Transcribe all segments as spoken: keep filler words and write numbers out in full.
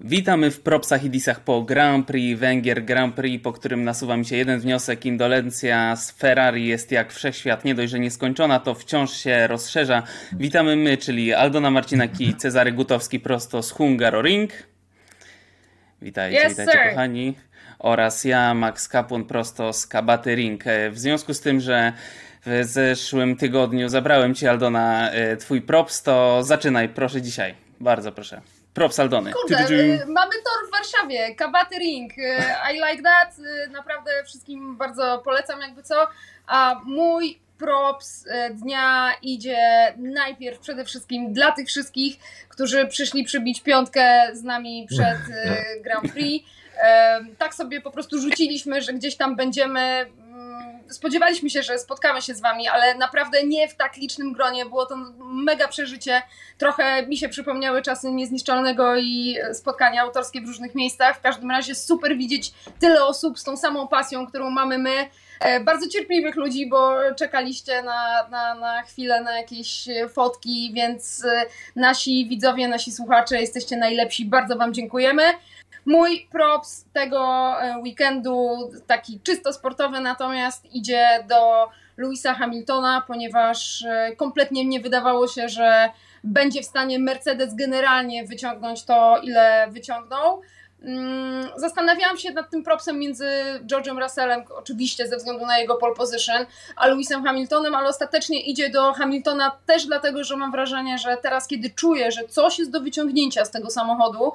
Witamy w propsach i disach po Grand Prix Węgier, Grand Prix, po którym nasuwa mi się jeden wniosek: indolencja z Ferrari jest jak wszechświat, nie dość, że nieskończona, to wciąż się rozszerza. Witamy my, czyli Aldona Marcinaki i Cezary Gutowski prosto z Hungaroring. Witajcie, yes, witajcie sir. kochani. Oraz ja, Max Kapun, prosto z Kabaty Ring. W związku z tym, że w zeszłym tygodniu zabrałem Ci, Aldona, Twój props, to zaczynaj proszę dzisiaj. Bardzo proszę. Props Aldony. Kurde, mamy tor w Warszawie, Kabaty Ring. I like that. Naprawdę wszystkim bardzo polecam, jakby co. A mój props dnia idzie najpierw przede wszystkim dla tych wszystkich, którzy przyszli przybić piątkę z nami przed Grand Prix. Tak sobie po prostu rzuciliśmy, że gdzieś tam będziemy. Spodziewaliśmy się, że spotkamy się z wami, ale naprawdę nie w tak licznym gronie. Było to mega przeżycie. Trochę mi się przypomniały czasy Niezniszczalnego i spotkania autorskie w różnych miejscach. W każdym razie super widzieć tyle osób z tą samą pasją, którą mamy my. Bardzo cierpliwych ludzi, bo czekaliście na, na, na chwilę, na jakieś fotki, więc nasi widzowie, nasi słuchacze, jesteście najlepsi. Bardzo wam dziękujemy. Mój props tego weekendu, taki czysto sportowy, natomiast idzie do Lewisa Hamiltona, ponieważ kompletnie nie wydawało się, że będzie w stanie Mercedes generalnie wyciągnąć to, ile wyciągnął. Zastanawiałam się nad tym propsem między George'em Russellem, oczywiście ze względu na jego pole position, a Lewisem Hamiltonem, ale ostatecznie idzie do Hamiltona też dlatego, że mam wrażenie, że teraz, kiedy czuję, że coś jest do wyciągnięcia z tego samochodu,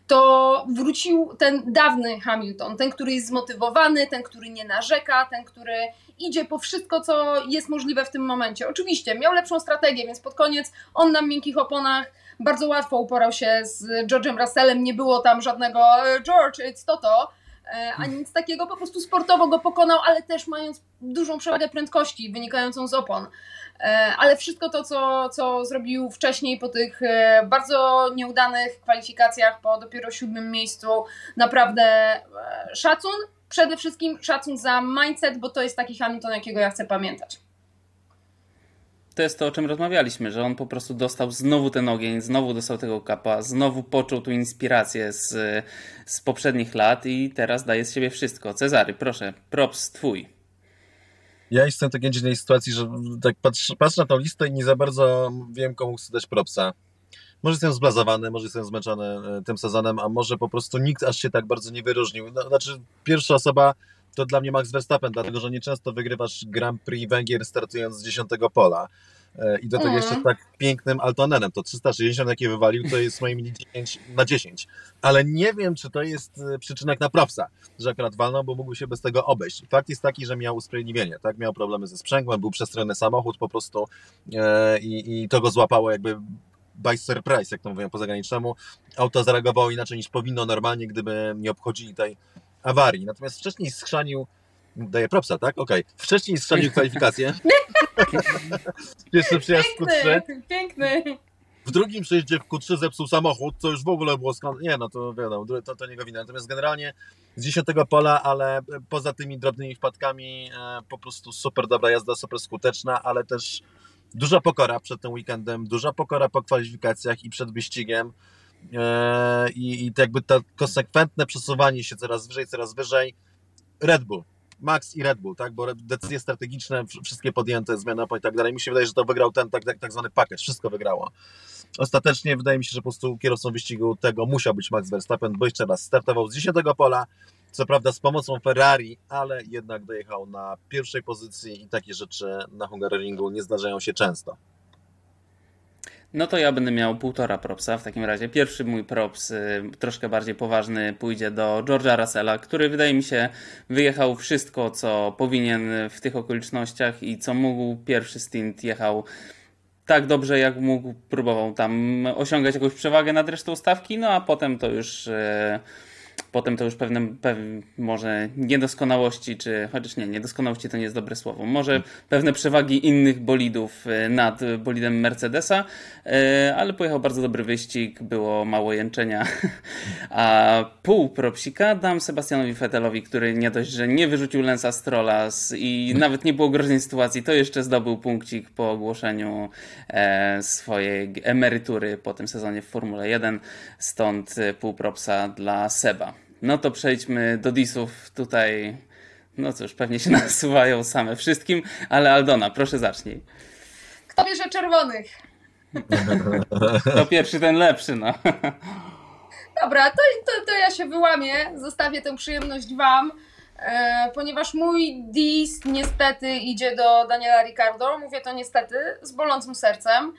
to wrócił ten dawny Hamilton, ten, który jest zmotywowany, ten, który nie narzeka, ten, który idzie po wszystko, co jest możliwe w tym momencie. Oczywiście miał lepszą strategię, więc pod koniec on na miękkich oponach bardzo łatwo uporał się z George'em Russellem, nie było tam żadnego George, it's Toto, a nic takiego, po prostu sportowo go pokonał, ale też mając dużą przewagę prędkości wynikającą z opon. Ale wszystko to, co, co zrobił wcześniej po tych bardzo nieudanych kwalifikacjach, po dopiero siódmym miejscu, naprawdę szacun. Przede wszystkim szacun za mindset, bo to jest taki Hamilton, jakiego ja chcę pamiętać. To jest to, o czym rozmawialiśmy, że on po prostu dostał znowu ten ogień, znowu dostał tego kapa, znowu poczuł tu inspirację z, z poprzednich lat i teraz daje z siebie wszystko. Cezary, proszę, props twój. Ja jestem w takiej dziwnej sytuacji, że tak patrzę, patrzę na tą listę i nie za bardzo wiem, komu chcę dać propsa. Może jestem zblazowany, może jestem zmęczony tym sezonem, a może po prostu nikt aż się tak bardzo nie wyróżnił. No, znaczy, pierwsza osoba to dla mnie Max Verstappen, dlatego że nieczęsto wygrywasz Grand Prix Węgier startując z dziesiątego pola. I do tego mm. jeszcze tak pięknym Altonenem. To trzysta sześćdziesiąt, jakie wywalił, to jest moim dziesięć na dziesięć. Ale nie wiem, czy to jest przyczynek na propsa, że akurat walnął, bo mógł się bez tego obejść. Fakt jest taki, że miał usprawiedliwienie, tak? Miał problemy ze sprzęgłem, był przestrojony samochód po prostu e, i, i to go złapało jakby by surprise, jak to mówią po zagranicznemu. Auto zareagowało inaczej niż powinno normalnie, gdyby nie obchodzili tej awarii. Natomiast wcześniej schrzanił, daję propsa, tak? Okej. Okay. Wcześniej schrzanił kwalifikację. Pierwszy przyjazd w Q trzy. Piękny. W drugim przyjeździe w Q trzy zepsuł samochód, co już w ogóle było skandal. Nie, no to wiadomo, to, to jego wina. Natomiast generalnie z dziesiątego pola, ale poza tymi drobnymi wpadkami e, po prostu super dobra jazda, super skuteczna, ale też duża pokora przed tym weekendem, duża pokora po kwalifikacjach i przed wyścigiem. E, i, I to jakby to konsekwentne przesuwanie się coraz wyżej, coraz wyżej. Red Bull. Max i Red Bull, tak, bo decyzje strategiczne, wszystkie podjęte, zmiany opon i tak dalej. Mi się wydaje, że to wygrał ten tak, tak, tak zwany package, wszystko wygrało. Ostatecznie wydaje mi się, że po prostu kierowcą wyścigu tego musiał być Max Verstappen, bo jeszcze raz startował z dziesiątego pola, co prawda z pomocą Ferrari, ale jednak dojechał na pierwszej pozycji i takie rzeczy na Hungaroringu nie zdarzają się często. No to ja będę miał półtora propsa w takim razie. Pierwszy mój props, y, troszkę bardziej poważny, pójdzie do George'a Russella, który wydaje mi się wyjechał wszystko, co powinien w tych okolicznościach i co mógł. Pierwszy stint jechał tak dobrze, jak mógł, próbował tam osiągać jakąś przewagę nad resztą stawki, no a potem to już... Y, Potem to już pewne, pewne może niedoskonałości, czy chociaż nie, niedoskonałości to nie jest dobre słowo, może pewne przewagi innych bolidów nad bolidem Mercedesa, ale pojechał bardzo dobry wyścig, było mało jęczenia, A pół propsika dam Sebastianowi Vettelowi, który nie dość, że nie wyrzucił Lensa Strolla z, i nawet nie było groźnej sytuacji, to jeszcze zdobył punkcik po ogłoszeniu e, swojej emerytury po tym sezonie w Formule jeden, stąd pół propsa dla Seba. No to przejdźmy do disów. Tutaj, no cóż, pewnie się nasuwają same wszystkim, ale Aldona, proszę zacznij. Kto bierze czerwonych? To pierwszy, ten lepszy, no. Dobra, to, to, to ja się wyłamię, zostawię tę przyjemność wam, e, ponieważ mój dis niestety idzie do Daniela Ricciardo, mówię to niestety z bolącym sercem,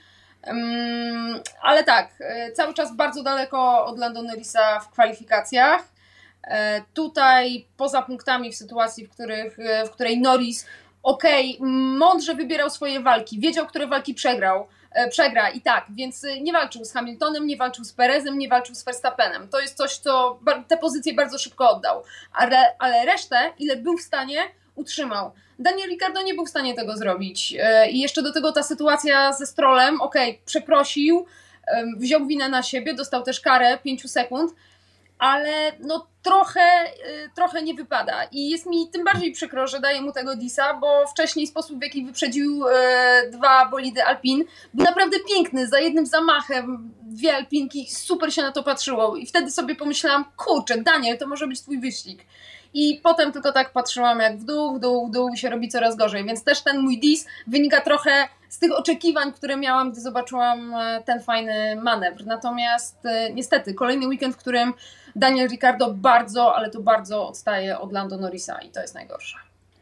um, ale tak, e, cały czas bardzo daleko od Lando Norrisa w kwalifikacjach. E, tutaj poza punktami w sytuacji, w, których, e, w której Norris okej, okay, mądrze wybierał swoje walki, wiedział, które walki przegrał, e, przegra i tak, więc nie walczył z Hamiltonem, nie walczył z Perezem, nie walczył z Verstappenem. To jest coś, co bar- te pozycje bardzo szybko oddał, ale, ale resztę, ile był w stanie, utrzymał. Daniel Ricciardo nie był w stanie tego zrobić e, i jeszcze do tego ta sytuacja ze Strollem, okej, okay, przeprosił, e, wziął winę na siebie, dostał też karę pięć sekund, ale no trochę, y, trochę nie wypada i jest mi tym bardziej przykro, że daję mu tego disa, bo wcześniej sposób, w jaki wyprzedził y, dwa bolidy Alpin, był naprawdę piękny, za jednym zamachem dwie Alpinki, super się na to patrzyło i wtedy sobie pomyślałam, kurczę, Daniel, to może być twój wyścig. I potem tylko tak patrzyłam jak w dół, w dół, w dół i się robi coraz gorzej, więc też ten mój dis wynika trochę z tych oczekiwań, które miałam, gdy zobaczyłam ten fajny manewr. Natomiast niestety kolejny weekend, w którym Daniel Ricciardo bardzo, ale to bardzo odstaje od Lando Norrisa i to jest najgorsze.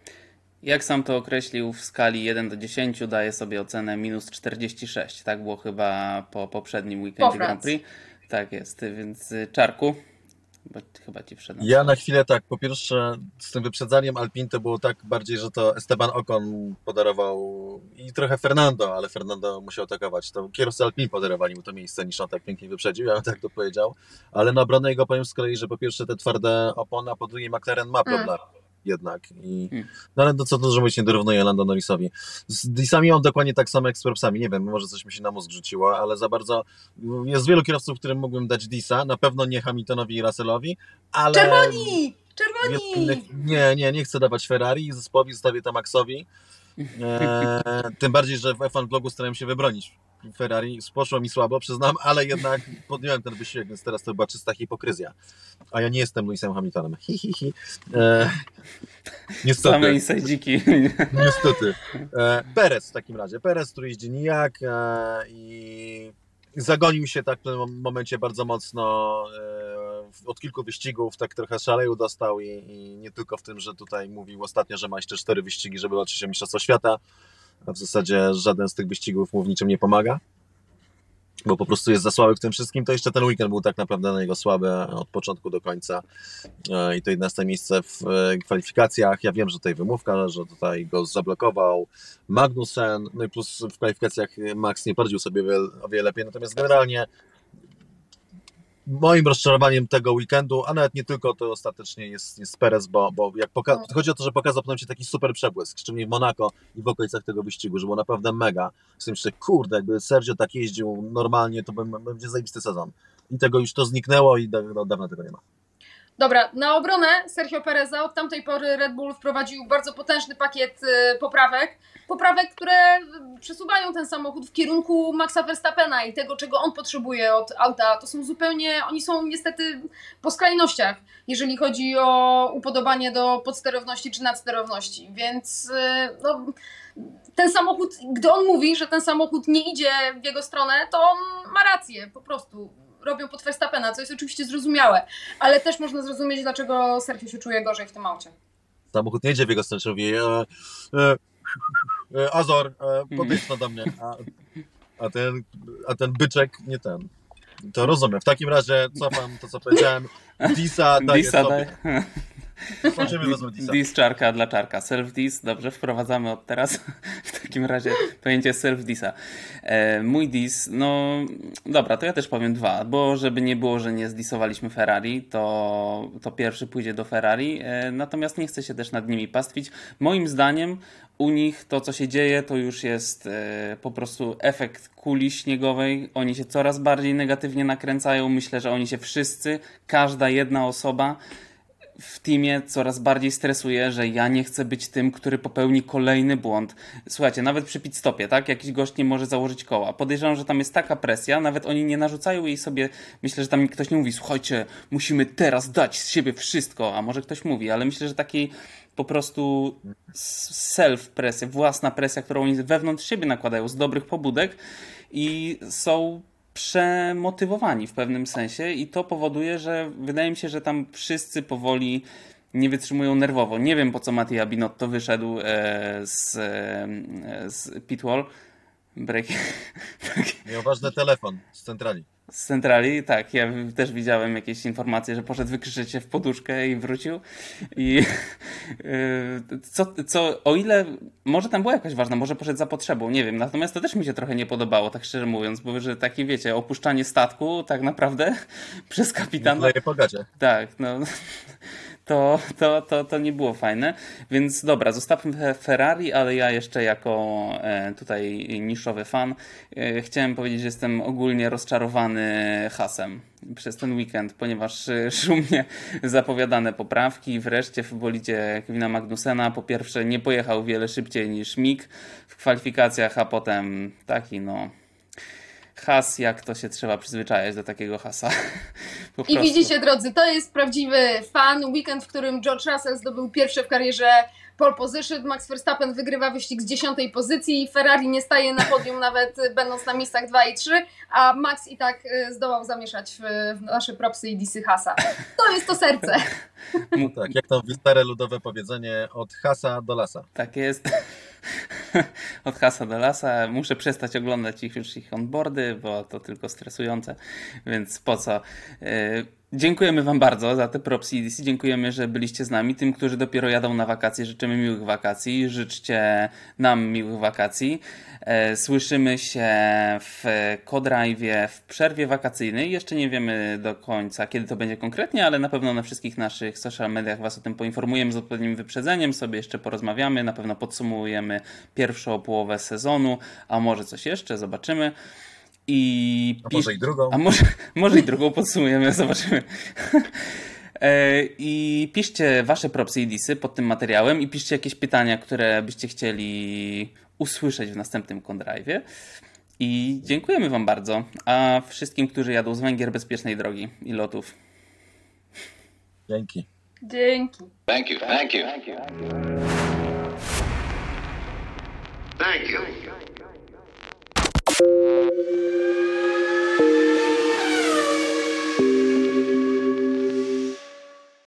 Jak sam to określił w skali jeden do dziesięciu, daje sobie ocenę minus czterdzieści sześć. Tak było chyba po poprzednim weekendzie Grand Prix. Tak jest, więc Czarku? Bo chyba ci wszedł. Ja na chwilę tak, po pierwsze z tym wyprzedzaniem Alpin to było tak bardziej, że to Esteban Ocon podarował i trochę Fernando, ale Fernando musiał atakować. To kierowcy Alpin podarowali mu to miejsce, niż on tak pięknie wyprzedził, ja bym tak to powiedział. Ale na obronę jego powiem z kolei, że po pierwsze te twarde opony, a po drugie McLaren ma problem. Mm. Jednak. I, no ale to co dużo mówić, nie dorównuję Lando Norrisowi. Z disami mam dokładnie tak samo jak z propsami. Nie wiem, może coś mi się na mózg rzuciło, ale za bardzo jest wielu kierowców, którym mógłbym dać disa. Na pewno nie Hamiltonowi i Russellowi, ale... Czerwoni! Czerwoni! Innych... Nie, nie, nie chcę dawać Ferrari, zespołowi zostawię to Maxowi. E, tym bardziej, że w F jeden blogu starałem się wybronić Ferrari. Poszło mi słabo, przyznam, ale jednak podjąłem ten wysiłek, więc teraz to była czysta hipokryzja. A ja nie jestem Lewisem Hamiltonem. Hi, hi, hi. E, niestety. Same insajdziki. Niestety. E, Perez w takim razie. Perez, który jeździ nijak e, i zagonił się tak w tym momencie bardzo mocno. E, od kilku wyścigów tak trochę szaleju dostał i, i nie tylko w tym, że tutaj mówił ostatnio, że ma jeszcze cztery wyścigi, żeby walczyć o Mistrzostwo Świata, a w zasadzie żaden z tych wyścigów mu w niczym nie pomaga, bo po prostu jest za słaby w tym wszystkim. To jeszcze ten weekend był tak naprawdę na niego słaby od początku do końca i to jedenaste miejsce w kwalifikacjach. Ja wiem, że tutaj wymówka, że tutaj go zablokował Magnussen, no i plus w kwalifikacjach Max nie poradził sobie o wiele lepiej, natomiast generalnie moim rozczarowaniem tego weekendu, a nawet nie tylko, to ostatecznie jest, jest Perez, bo, bo jak poka- chodzi o to, że pokazał potem się taki super przebłysk, szczególnie w Monako i w okolicach tego wyścigu, że było naprawdę mega. Z myślę, kurde, jakby Sergio tak jeździł normalnie, to będzie zajebisty sezon. I tego już to zniknęło i do, do, dawno tego nie ma. Dobra, na obronę Sergio Pereza od tamtej pory Red Bull wprowadził bardzo potężny pakiet poprawek. Poprawek, które przesuwają ten samochód w kierunku Maxa Verstappena i tego, czego on potrzebuje od auta. To są zupełnie, oni są niestety po skrajnościach, jeżeli chodzi o upodobanie do podsterowności czy nadsterowności. Więc no, ten samochód, gdy on mówi, że ten samochód nie idzie w jego stronę, to on ma rację, po prostu. Robią pod Verstappena, co jest oczywiście zrozumiałe, ale też można zrozumieć, dlaczego Sergio się czuje gorzej w tym aucie. Samochód nie idzie w jego stronę, mówi e, e, e, Azor, e, podejdź no do mnie, a, a, ten, a ten byczek nie ten. To rozumiem. W takim razie cofam to, co powiedziałem. Disa daje Disa sobie. daje. Kończymy rozmowę Disa. Dis czarka dla czarka. Self-dis, dobrze, wprowadzamy od teraz w takim razie pojęcie self-disa. E, mój dis, no dobra, to ja też powiem dwa, bo żeby nie było, że nie zdisowaliśmy Ferrari, to, to pierwszy pójdzie do Ferrari, e, natomiast nie chcę się też nad nimi pastwić. Moim zdaniem u nich to, co się dzieje, to już jest e, po prostu efekt kuli śniegowej. Oni się coraz bardziej negatywnie nakręcają. Myślę, że oni się wszyscy, każda jedna osoba w teamie coraz bardziej stresuje, że ja nie chcę być tym, który popełni kolejny błąd. Słuchajcie, nawet przy pit stopie, tak? Jakiś gość nie może założyć koła. Podejrzewam, że tam jest taka presja, nawet oni nie narzucają jej sobie, myślę, że tam ktoś nie mówi, słuchajcie, musimy teraz dać z siebie wszystko, a może ktoś mówi, ale myślę, że takiej po prostu self-presja, własna presja, którą oni wewnątrz siebie nakładają z dobrych pobudek i są przemotywowani w pewnym sensie i to powoduje, że wydaje mi się, że tam wszyscy powoli nie wytrzymują nerwowo. Nie wiem, po co Mattia Binotto wyszedł e, z, e, z pitwall. Break. Miał ważny telefon z centrali. Z centrali, tak. Ja też widziałem jakieś informacje, że poszedł wykrzyczeć się w poduszkę i wrócił. I yy, co, co, o ile może tam była jakaś ważna, może poszedł za potrzebą, nie wiem. Natomiast to też mi się trochę nie podobało, tak szczerze mówiąc, bo że takie, wiecie, opuszczanie statku tak naprawdę przez kapitana. Nie po gacie. Tak, no. To, to, to, to nie było fajne, więc dobra, zostawmy Ferrari, ale ja jeszcze jako e, tutaj niszowy fan e, chciałem powiedzieć, że jestem ogólnie rozczarowany Haasem przez ten weekend, ponieważ e, szumnie zapowiadane poprawki, wreszcie w bolidzie Kevina Magnusena po pierwsze nie pojechał wiele szybciej niż Mick w kwalifikacjach, a potem taki no... Haas, jak to się trzeba przyzwyczajać do takiego Haasa. Po I prostu. widzicie, drodzy, to jest prawdziwy fan. Weekend, w którym George Russell zdobył pierwsze w karierze pole position, Max Verstappen wygrywa wyścig z dziesiątej pozycji, Ferrari nie staje na podium nawet będąc na miejscach dwa i trzy, a Max i tak zdołał zamieszać w, w nasze propsy i disy Haasa. To jest to serce. No tak, jak to stare ludowe powiedzenie, od Haasa do lasa. Tak jest. Od Haasa do lasa. Muszę przestać oglądać ich już ich onboardy, bo to tylko stresujące, więc po co? Yy, dziękujemy wam bardzo za te propsy E D C. Dziękujemy, że byliście z nami. Tym, którzy dopiero jadą na wakacje, życzymy miłych wakacji. Życzcie nam miłych wakacji. Yy, słyszymy się w Co-Drive'ie w przerwie wakacyjnej. Jeszcze nie wiemy do końca, kiedy to będzie konkretnie, ale na pewno na wszystkich naszych social mediach was o tym poinformujemy z odpowiednim wyprzedzeniem. Sobie jeszcze porozmawiamy. Na pewno podsumujemy pierwszą połowę sezonu, a może coś jeszcze, zobaczymy. I a może i drugą. A może, może i drugą podsumujemy, zobaczymy. I piszcie wasze propsy i disy pod tym materiałem i piszcie jakieś pytania, które byście chcieli usłyszeć w następnym Co-Drive'ie. I dziękujemy wam bardzo. A wszystkim, którzy jadą z Węgier, bezpiecznej drogi i lotów. Dzięki. Dzięki. Thank you. Thank you. Thank you.